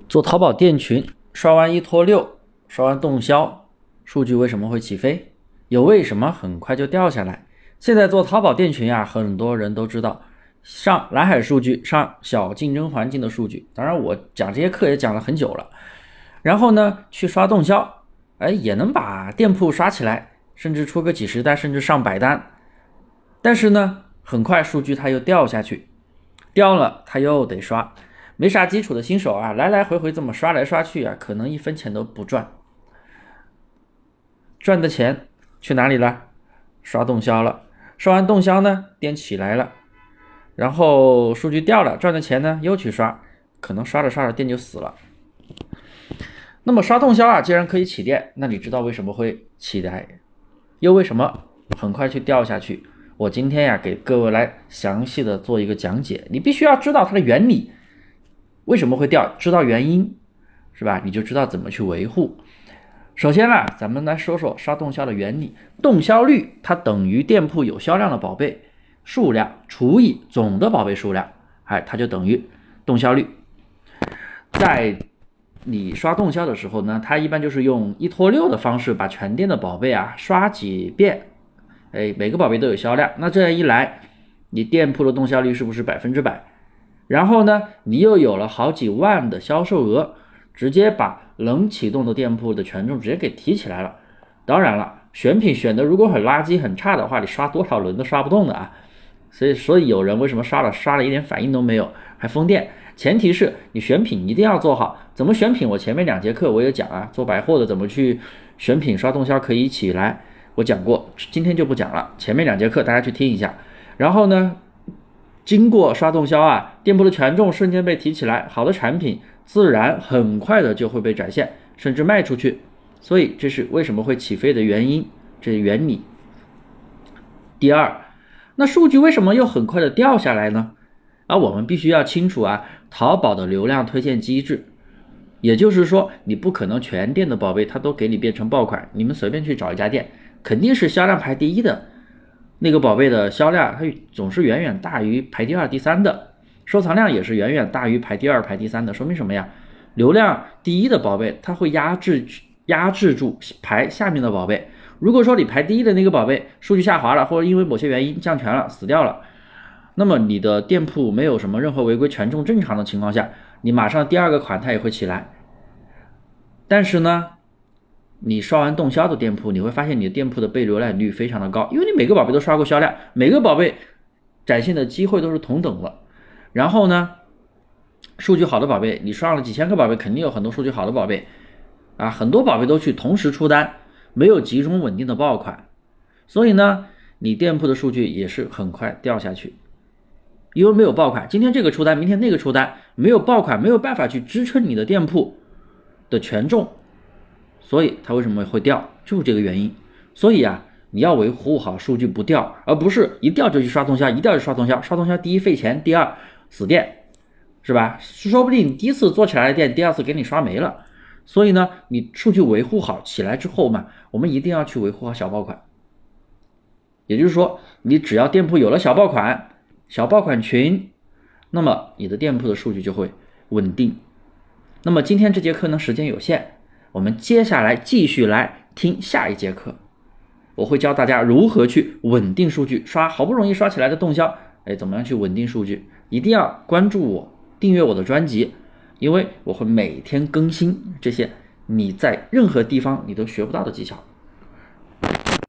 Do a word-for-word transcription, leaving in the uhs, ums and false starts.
做淘宝店群，刷完一拖六，刷完动销，数据为什么会起飞？又为什么很快就掉下来？现在做淘宝店群啊，很多人都知道，上蓝海数据，上小竞争环境的数据。当然，我讲这些课也讲了很久了。然后呢，去刷动销，哎，也能把店铺刷起来，甚至出个几十单，甚至上百单。但是呢，很快数据它又掉下去，掉了它又得刷。没啥基础的新手啊，来来回回这么刷来刷去啊，可能一分钱都不赚。赚的钱去哪里了？刷动销了。刷完动销呢，店起来了，然后数据掉了，赚的钱呢又去刷，可能刷着刷着店就死了。那么刷动销啊，既然可以起店，那你知道为什么会起来，又为什么很快去掉下去？我今天呀，给各位来详细的做一个讲解。你必须要知道它的原理，为什么会掉，知道原因，是吧？你就知道怎么去维护。首先呢，咱们来说说刷动销的原理。动销率它等于店铺有销量的宝贝数量除以总的宝贝数量，哎，它就等于动销率。在你刷动销的时候呢，它一般就是用一拖六的方式把全店的宝贝啊刷几遍，哎，每个宝贝都有销量。那这样一来，你店铺的动销率是不是百分之百？然后呢，你又有了好几万的销售额，直接把冷启动的店铺的权重直接给提起来了。当然了，选品选的如果很垃圾很差的话，你刷多少轮都刷不动的啊。所以所以有人为什么刷了刷了一点反应都没有还封店？前提是你选品一定要做好。怎么选品？我前面两节课我也讲啊，做白货的怎么去选品刷动销可以一起来，我讲过，今天就不讲了。前面两节课大家去听一下。然后呢，经过刷动销啊，店铺的权重瞬间被提起来，好的产品自然很快的就会被展现，甚至卖出去。所以这是为什么会起飞的原因，这是原理。第二，那数据为什么又很快的掉下来呢？啊，我们必须要清楚啊，淘宝的流量推荐机制，也就是说，你不可能全店的宝贝它都给你变成爆款。你们随便去找一家店，肯定是销量排第一的那个宝贝的销量，它总是远远大于排第二、第三的，收藏量也是远远大于排第二、排第三的。说明什么呀？流量第一的宝贝，它会压制压制住排下面的宝贝。如果说你排第一的那个宝贝数据下滑了，或者因为某些原因降权了、死掉了，那么你的店铺没有什么任何违规权重正常的情况下，你马上第二个款它也会起来。但是呢，你刷完动销的店铺，你会发现你的店铺的被浏览率非常的高，因为你每个宝贝都刷过销量，每个宝贝展现的机会都是同等的。然后呢，数据好的宝贝，你刷了几千个宝贝，肯定有很多数据好的宝贝啊，很多宝贝都去同时出单，没有集中稳定的爆款，所以呢，你店铺的数据也是很快掉下去。因为没有爆款，今天这个出单，明天那个出单，没有爆款，没有办法去支撑你的店铺的权重，所以它为什么会掉，就是这个原因。所以啊，你要维护好数据不掉，而不是一掉就去刷动销，一掉就刷动销。刷动销第一费钱，第二死店，是吧？说不定你第一次做起来的店，第二次给你刷没了。所以呢，你数据维护好起来之后嘛，我们一定要去维护好小爆款。也就是说，你只要店铺有了小爆款、小爆款群，那么你的店铺的数据就会稳定。那么今天这节课呢，时间有限，我们接下来继续来听下一节课，我会教大家如何去稳定数据，刷好不容易刷起来的动销，哎，怎么样去稳定数据？一定要关注我，订阅我的专辑，因为我会每天更新这些你在任何地方你都学不到的技巧。